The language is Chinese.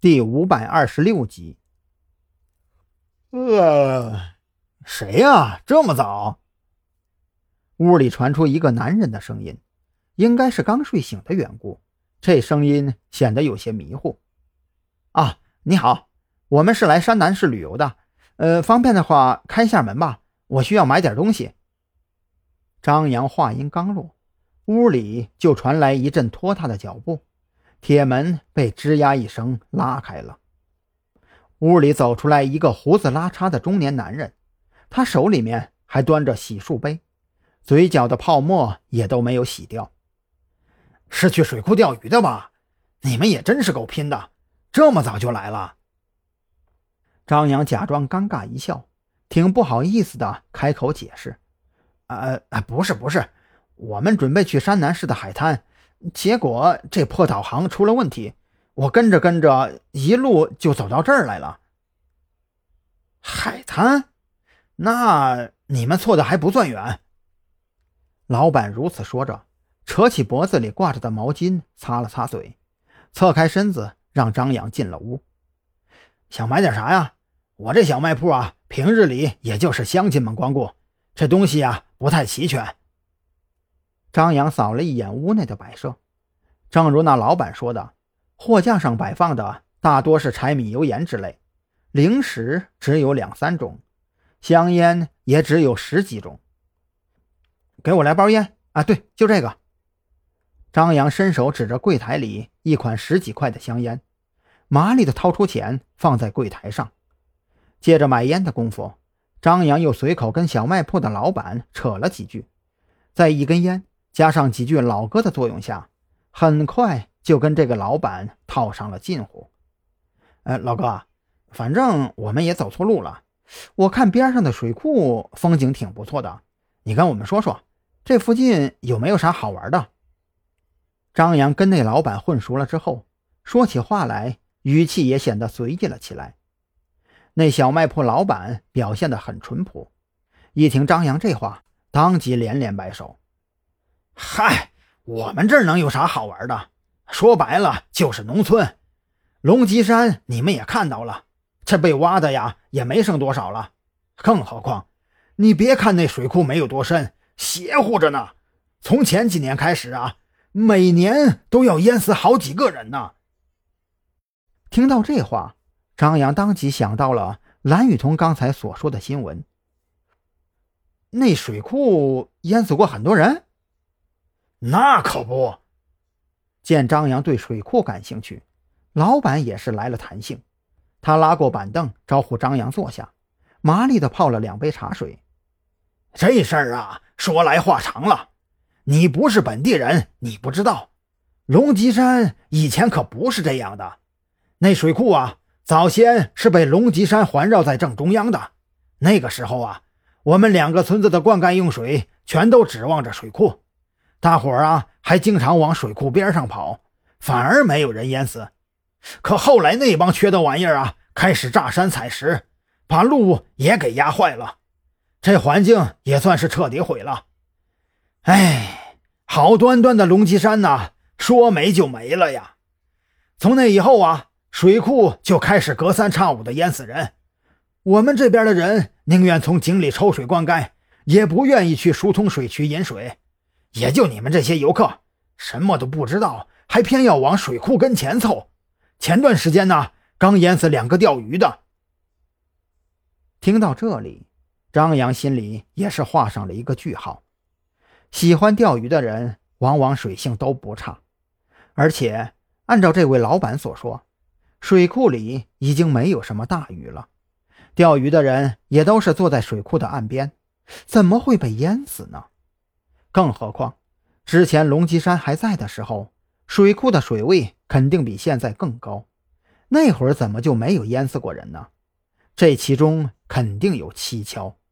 第526集。 谁呀？这么早？ 屋里传出一个男人的声音，应该是刚睡醒的缘故，这声音显得有些迷糊。啊，你好，我们是来山南市旅游的，方便的话开下门吧，我需要买点东西。张扬话音刚落，屋里就传来一阵拖沓的脚步，铁门被吱呀一声拉开了。屋里走出来一个胡子拉碴的中年男人，他手里面还端着洗漱杯，嘴角的泡沫也都没有洗掉。 是去水库钓鱼的吧？你们也真是够拼的，这么早就来了。 张扬假装尴尬一笑，挺不好意思的开口解释。 不是，我们准备去山南市的海滩，结果这破导航出了问题，我跟着一路就走到这儿来了。海滩？那你们错的还不算远。 老板如此说着，扯起脖子里挂着的毛巾擦了擦嘴，侧开身子让张扬进了屋。 想买点啥呀？我这小卖铺啊，平日里也就是乡亲们光顾，这东西啊不太齐全。 张扬扫了一眼屋内的摆设，正如那老板说的，货架上摆放的大多是柴米油盐之类，零食只有2-3种，香烟也只有10几种。 给我来包烟啊，对，就这个。 张扬伸手指着柜台里一款10几块的香烟，麻利地掏出钱放在柜台上。借着买烟的功夫，张扬又随口跟小卖铺的老板扯了几句，在一根烟加上几句老歌的作用下，很快就跟这个老板套上了近乎。 老哥，反正我们也走错路了， 我看边上的水库风景挺不错的，你跟我们说说，这附近有没有啥好玩的？张扬跟那老板混熟了之后，说起话来语气也显得随意了起来。那小卖铺老板表现得很淳朴，一听张扬这话，当即连连摆手。 嗨，我们这儿能有啥好玩的？说白了就是农村。龙脊山你们也看到了，这被挖的呀也没剩多少了。更何况你别看那水库没有多深，邪乎着呢。从前几年开始啊，每年都要淹死好几个人呢。 听到这话，张扬当即想到了蓝雨桐刚才所说的新闻。 那水库淹死过很多人？那可不。 见张扬对水库感兴趣，老板也是来了弹性，他拉过板凳招呼张扬坐下，麻利地泡了2杯茶水。 这事儿啊，说来话长了。你不是本地人，你不知道，龙脊山以前可不是这样的。那水库啊，早先是被龙脊山环绕在正中央的。那个时候啊，我们2个村子的灌溉用水全都指望着水库，大伙儿啊还经常往水库边上跑，反而没有人淹死。可后来那帮缺德玩意儿啊，开始炸山采石，把路也给压坏了，这环境也算是彻底毁了。哎，好端端的龙脊山呐，说没就没了呀。从那以后啊，水库就开始隔3差5的淹死人。我们这边的人宁愿从井里抽水灌溉，也不愿意去疏通水渠引水。也就你们这些游客，什么都不知道，还偏要往水库跟前凑。前段时间呢，刚淹死2个钓鱼的。 听到这里，张扬心里也是画上了一个句号。喜欢钓鱼的人往往水性都不差，而且按照这位老板所说，水库里已经没有什么大鱼了，钓鱼的人也都是坐在水库的岸边，怎么会被淹死呢？更何况之前龙脊山还在的时候，水库的水位肯定比现在更高，那会儿怎么就没有淹死过人呢？这其中肯定有蹊跷。